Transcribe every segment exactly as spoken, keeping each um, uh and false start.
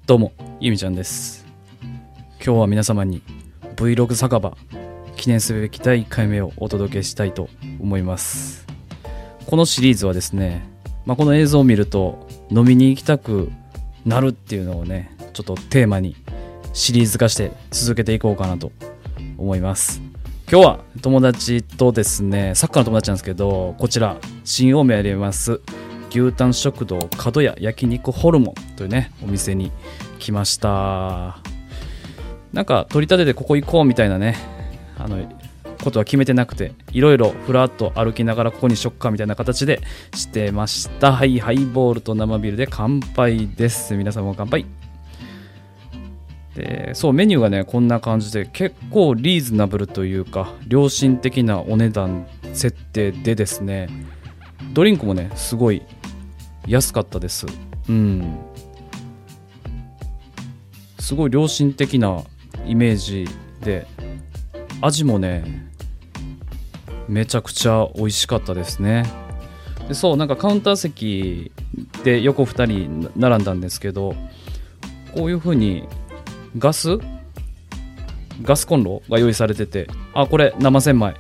どうも、ゆみちゃんです。今日は皆様に Vlog 酒場記念すべきだいいっかいめをお届けしたいと思います。このシリーズはですね、まあ、この映像を見ると飲みに行きたくなるっていうのをね、ちょっとテーマにシリーズ化して続けていこうかなと思います。今日は友達とですね、サッカーの友達なんですけど、こちら新青梅にあります牛タン食堂角屋焼肉ホルモンというねお店に来ました。なんか取り立ててここ行こうみたいなねあのことは決めてなくて、いろいろふらっと歩きながらここにしよっかみたいな形でしてました。はい、ハイボールと生ビールで乾杯です。皆さんも乾杯。でそうメニューがねこんな感じで結構リーズナブルというか良心的なお値段設定でですね、ドリンクもねすごい安かったです。うんすごい良心的なイメージで、味もねめちゃくちゃ美味しかったですね。でそうなんかカウンター席で横ふたり並んだんですけど、こういう風にガスガスコンロが用意されてて、あこれ生千枚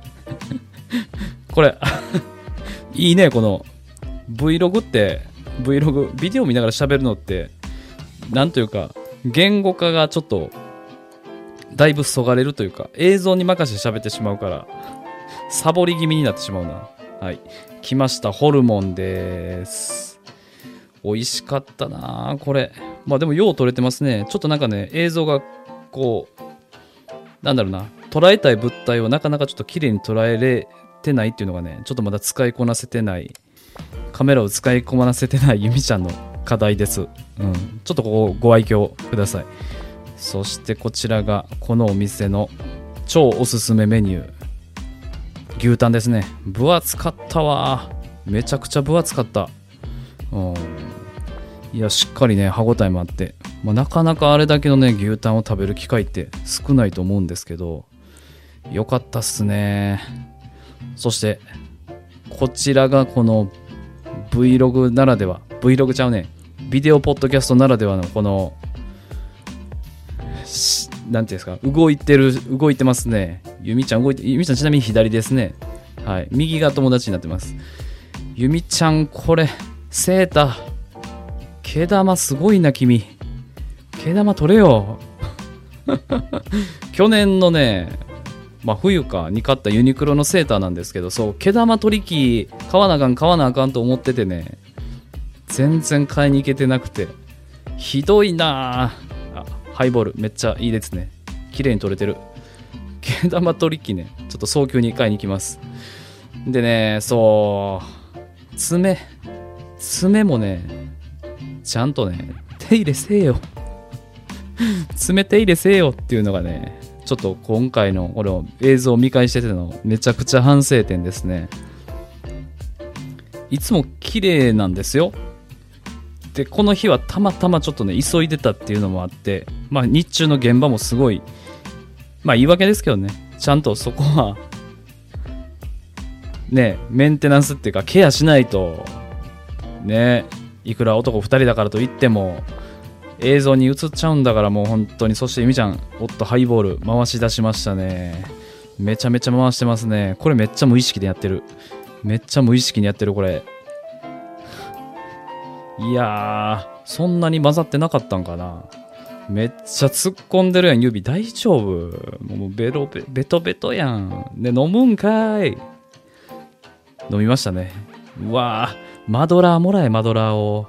これいいね。この Vlog って Vlog ビデオ見ながら喋るのってなんというか言語化がちょっとだいぶそがれるというか映像に任せて喋ってしまうからサボり気味になってしまうな。はい、来ましたホルモンです。美味しかったなこれ。まあでもよう撮れてますね。ちょっとなんかね映像がこうなんだろうな捉えたい物体をなかなかちょっと綺麗に捉えれてないっていうのがねちょっとまだ使いこなせてないカメラを使いこなせてないゆみちゃんの課題です。うん、ちょっとここご愛嬌ください。そしてこちらがこのお店の超おすすめメニュー、牛タンですね。分厚かったわ。めちゃくちゃ分厚かった。うん、いやしっかりね歯ごたえもあって、まあ、なかなかあれだけのね牛タンを食べる機会って少ないと思うんですけど、よかったっすね。そしてこちらがこの Vlog ならでは Vlog ちゃうねビデオポッドキャストならではのこのなんていうんですか、動いてる動いてますね。ゆみちゃん動いて、ゆみちゃんちなみに左ですね。はい、右が友達になってます。ゆみちゃんこれセータ毛玉すごいな君。毛玉取れよ去年のねまあ冬かに買ったユニクロのセーターなんですけど、そう毛玉取り機買わなあかん買わなあかんと思っててね、全然買いに行けてなくてひどいなあ。ハイボールめっちゃいいですね。綺麗に取れてる。毛玉取り機ねちょっと早急に買いに行きます。でねそう爪爪もねちゃんとね手入れせえよ爪手入れせえよっていうのがねちょっと今回のこの映像を見返しててのめちゃくちゃ反省点ですね。いつも綺麗なんですよ。でこの日はたまたまちょっとね急いでたっていうのもあって、まあ日中の現場もすごいまあ言い訳ですけどね、ちゃんとそこはねメンテナンスっていうかケアしないとね、いくら男ふたりだからといっても映像に映っちゃうんだからもう本当に。そしてゆみちゃんおっとハイボール回し出しましたね。めちゃめちゃ回してますね。これめっちゃ無意識でやってる。めっちゃ無意識にやってるこれ。いやーそんなに混ざってなかったんかな。めっちゃ突っ込んでるやん指。大丈夫もうベロベベトベトやん。で飲むんかい。飲みましたね。うわーマドラーもらえマドラーを。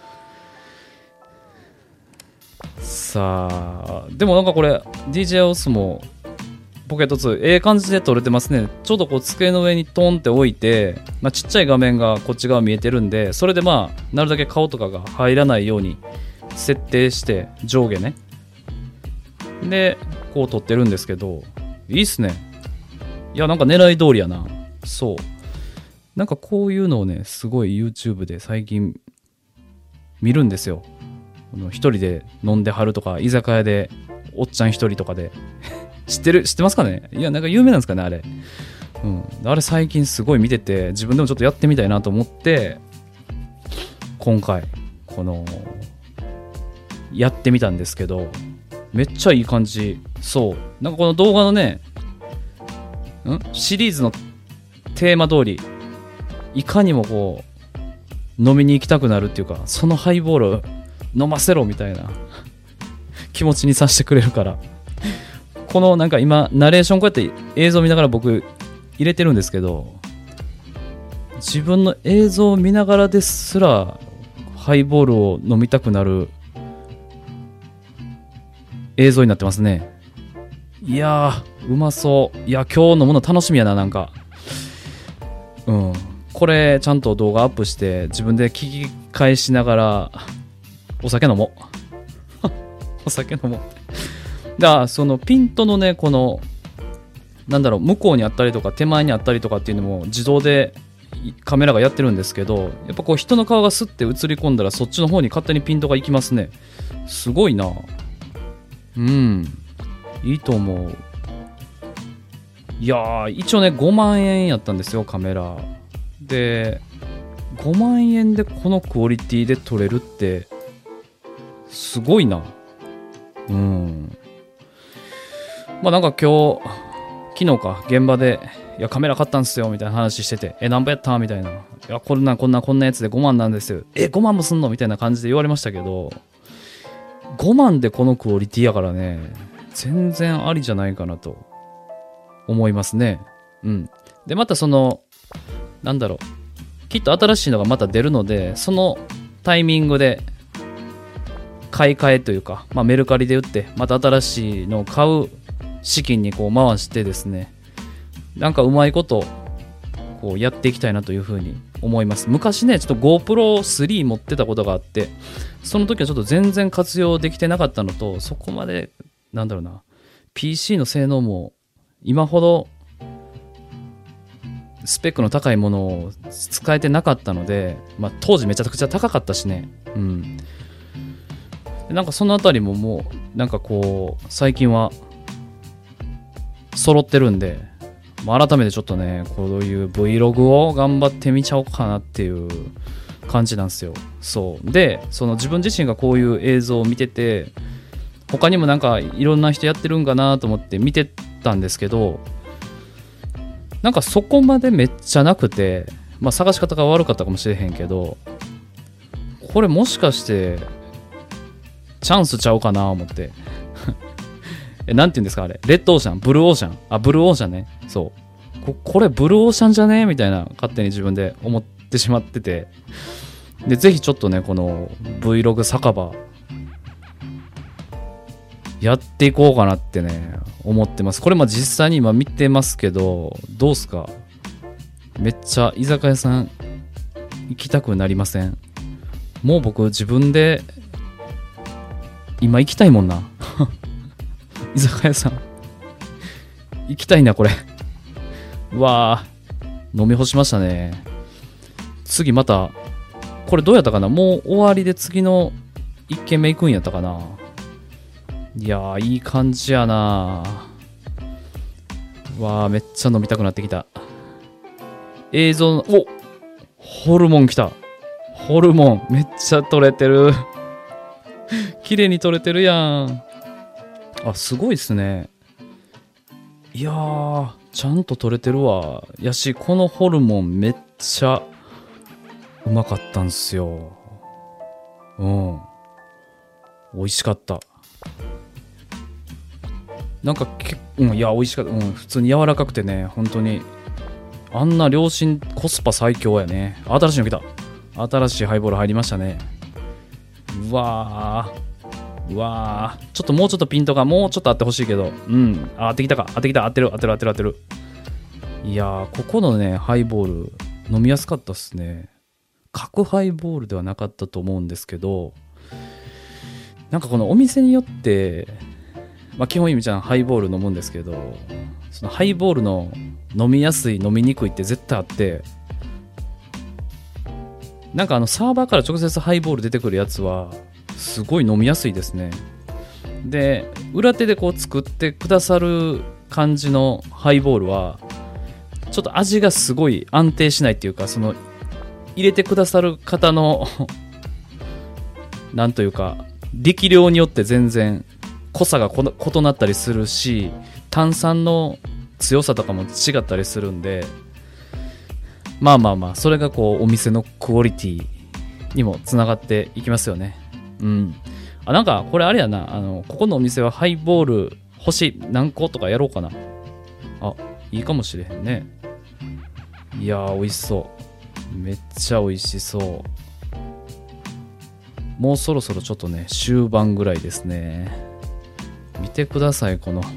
さあでもなんかこれ ディージェー オスもポケットツーええ感じで撮れてますね。ちょうどこう机の上にトンって置いて、まあ、ちっちゃい画面がこっち側見えてるんで、それでまあなるだけ顔とかが入らないように設定して上下ねでこう撮ってるんですけど、いいっすね。いやなんか狙い通りやな。そうなんかこういうのをねすごい YouTube で最近見るんですよ。一人で飲んではるとか居酒屋でおっちゃん一人とかで知ってる知ってますかね。いやなんか有名なんですかねあれ。うん、あれ最近すごい見てて自分でもちょっとやってみたいなと思って今回このやってみたんですけど、めっちゃいい感じ。そうなんかこの動画のねんシリーズのテーマ通り、いかにもこう飲みに行きたくなるっていうか、そのハイボール飲ませろみたいな気持ちにさせてくれるから、このなんか今ナレーションこうやって映像見ながら僕入れてるんですけど、自分の映像を見ながらですらハイボールを飲みたくなる映像になってますね。いやーうまそう。いや今日飲むの楽しみやな。なんかうんこれちゃんと動画アップして自分で聞き返しながらお酒飲もうお酒飲もう。だからそのピントのねこのなんだろう向こうにあったりとか手前にあったりとかっていうのも自動でカメラがやってるんですけど、やっぱこう人の顔がスッて映り込んだらそっちの方に勝手にピントが行きますね。すごいな。うんいいと思う。いやー一応ねごまんえんやったんですよカメラで。ごまんえんでこのクオリティで撮れるってすごいな。うんまあなんか今日昨日か現場でいやカメラ買ったんすよみたいな話してて、え何ぼやったみたいな、いやこんなこんなこんなやつでごまんなんですよ、えごまんもすんのみたいな感じで言われましたけど、ごまんでこのクオリティやからね全然ありじゃないかなと思いますね。うんでまたそのなんだろうきっと新しいのがまた出るので、そのタイミングで買い替えというか、まあ、メルカリで売ってまた新しいのを買う資金にこう回してですね、なんかうまいことこうやっていきたいなというふうに思います。昔ねちょっと ゴープロスリー 持ってたことがあって、その時はちょっと全然活用できてなかったのと、そこまでなんだろうな ピーシー の性能も今ほどスペックの高いものを使えてなかったので、まあ、当時めちゃくちゃ高かったしね。うんでなんかそのあたりももうなんかこう最近は揃ってるんで、まあ、改めてちょっとねこういう Vlog を頑張ってみちゃおうかなっていう感じなんですよ。そうでその自分自身がこういう映像を見てて、他にもなんかいろんな人やってるんかなと思って見てたんですけど、なんかそこまでめっちゃなくて、まあ探し方が悪かったかもしれへんけど、これもしかしてチャンスちゃうかな思ってえなんて言うんですかあれ、レッドオーシャンブルーオーシャンあブルーオーシャンね。そうここれブルーオーシャンじゃねみたいな勝手に自分で思ってしまってて、でぜひちょっとねこの Vlog 酒場やっていこうかなってね思ってます。これまあ実際に今見てますけど、どうすか、めっちゃ居酒屋さん行きたくなりません？もう僕自分で今行きたいもんな居酒屋さん行きたいなこれうわー飲み干しましたね。次またこれどうやったかな、もう終わりで次のいっけんめ行くんやったかな。いやーいい感じやな。わーめっちゃ飲みたくなってきた。映像のおホルモン来た。ホルモンめっちゃ取れてる綺麗に取れてるやん。あすごいっすね。いやーちゃんと取れてるわ。やしこのホルモンめっちゃうまかったんすよ。うん美味しかった。なんかけ、うん、いや美味しかった、うん、普通に柔らかくてね、本当にあんな良心コスパ最強やね。新しいの来た。新しいハイボール入りましたね。うわーうわーちょっともうちょっとピントがもうちょっとあってほしいけど、うんあってきたか、あってきた、合ってる合ってる合ってる合ってる。いやーここのねハイボール飲みやすかったっすね。角ハイボールではなかったと思うんですけど、なんかこのお店によってまあ、基本意味じゃんハイボール飲むんですけど、そのハイボールの飲みやすい飲みにくいって絶対あって、なんかあのサーバーから直接ハイボール出てくるやつはすごい飲みやすいですね。で裏手でこう作ってくださる感じのハイボールはちょっと味がすごい安定しないっていうか、その入れてくださる方のなんというか力量によって全然濃さが異なったりするし、炭酸の強さとかも違ったりするんで、まあまあまあ、それがこうお店のクオリティにもつながっていきますよね。うん。あ、なんかこれあれやな、あのここのお店はハイボール星何個とかやろうかな。あ、いいかもしれへんね。いやー美味しそう。めっちゃ美味しそう。もうそろそろちょっとね終盤ぐらいですね。見てください、この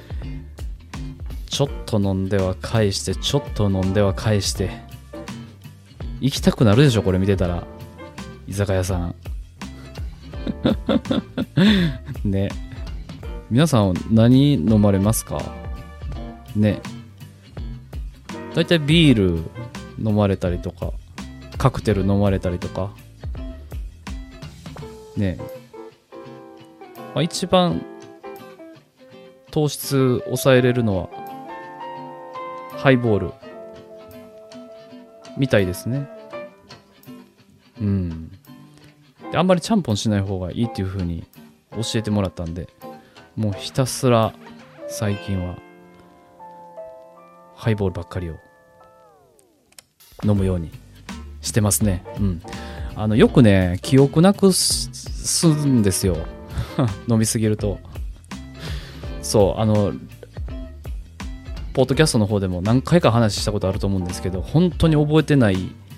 ちょっと飲んでは返してちょっと飲んでは返して、行きたくなるでしょこれ見てたら、居酒屋さんね。皆さん何飲まれますかね。だいたいビール飲まれたりとか、カクテル飲まれたりとかね。まあ、一番糖質抑えれるのはハイボールみたいですね。うん。で、あんまりちゃんぽんしない方がいいっていう風に教えてもらったんで、もうひたすら最近はハイボールばっかりを飲むようにしてますね。うん。あのよくね記憶なくすんですよ飲みすぎると。そうあのポッドキャストの方でも何回か話したことあると思うんですけど、本当に覚えてない、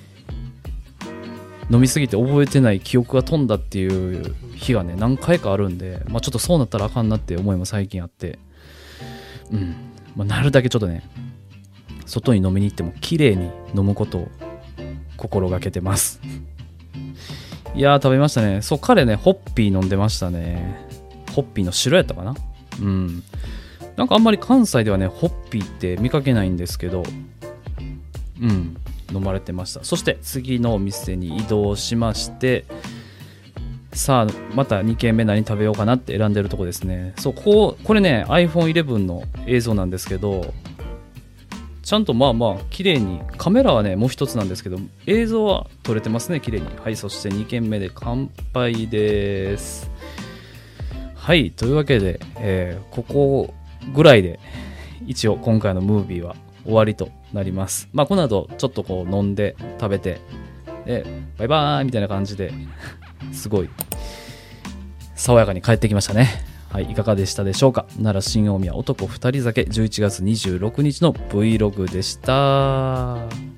飲みすぎて覚えてない記憶が飛んだっていう日がね何回かあるんで、まあちょっとそうなったらあかんなって思いも最近あって、うん、まあ、なるだけちょっとね外に飲みに行っても綺麗に飲むことを心がけてますいやー食べましたね。そう、彼ねホッピー飲んでましたね。ホッピーの白やったかな。うん。なんかあんまり関西ではねホッピーって見かけないんですけど、うん、飲まれてました。そして次のお店に移動しまして、さあまたに軒目何食べようかなって選んでるとこですね。そう、こうこれね アイフォンイレブン の映像なんですけど、ちゃんとまあまあ綺麗に、カメラはねもう一つなんですけど映像は撮れてますね綺麗に。はい、そしてに軒目で乾杯です。はい、というわけで、えー、ここぐらいで一応今回のムービーは終わりとなります。まあこの後ちょっとこう飲んで食べてでバイバーイみたいな感じですごい爽やかに帰ってきましたね。はい、いかがでしたでしょうか。奈良新大宮男二人酒じゅういちがつにじゅうろくにちの Vlog でした。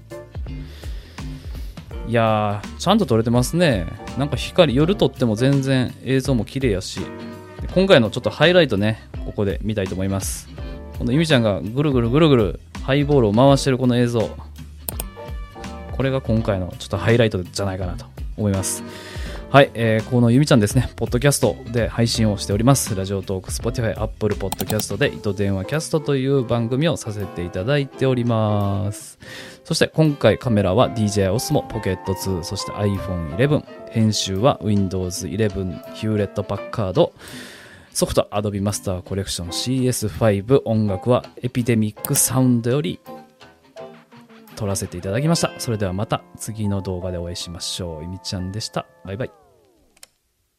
いやーちゃんと撮れてますね。なんか光夜撮っても全然映像も綺麗やし、今回のちょっとハイライトねここで見たいと思います。このゆみちゃんがぐるぐるぐるぐるハイボールを回してるこの映像、これが今回のちょっとハイライトじゃないかなと思います。はい、えー、このゆみちゃんですね、ポッドキャストで配信をしております。ラジオトーク、Spotify、Apple Podcast で糸電話キャストという番組をさせていただいております。そして今回カメラは ディージェー Osmo Pocket ツー、そして アイフォンイレブン、編集は Windows イレブン Hewlett Packard、ソフト Adobe Master Collection シーエスファイブ、音楽は Epidemic Sound より撮らせていただきました。それではまた次の動画でお会いしましょう。ゆみちゃんでした。バイバイ。